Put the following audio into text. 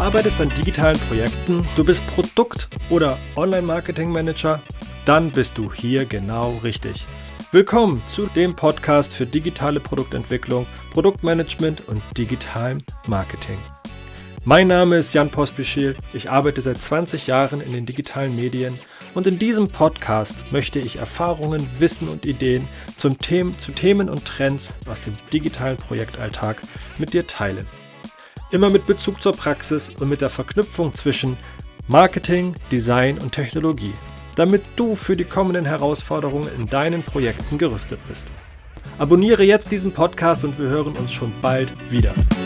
arbeitest an digitalen Projekten, du bist Produkt- oder Online-Marketing-Manager, dann bist du hier genau richtig. Willkommen zu dem Podcast für digitale Produktentwicklung, Produktmanagement und digitalem Marketing. Mein Name ist Jan Pospischil, ich arbeite seit 20 Jahren in den digitalen Medien und in diesem Podcast möchte ich Erfahrungen, Wissen und Ideen zu Themen und Trends aus dem digitalen Projektalltag mit dir teilen. Immer mit Bezug zur Praxis und mit der Verknüpfung zwischen Marketing, Design und Technologie, damit du für die kommenden Herausforderungen in deinen Projekten gerüstet bist. Abonniere jetzt diesen Podcast und wir hören uns schon bald wieder.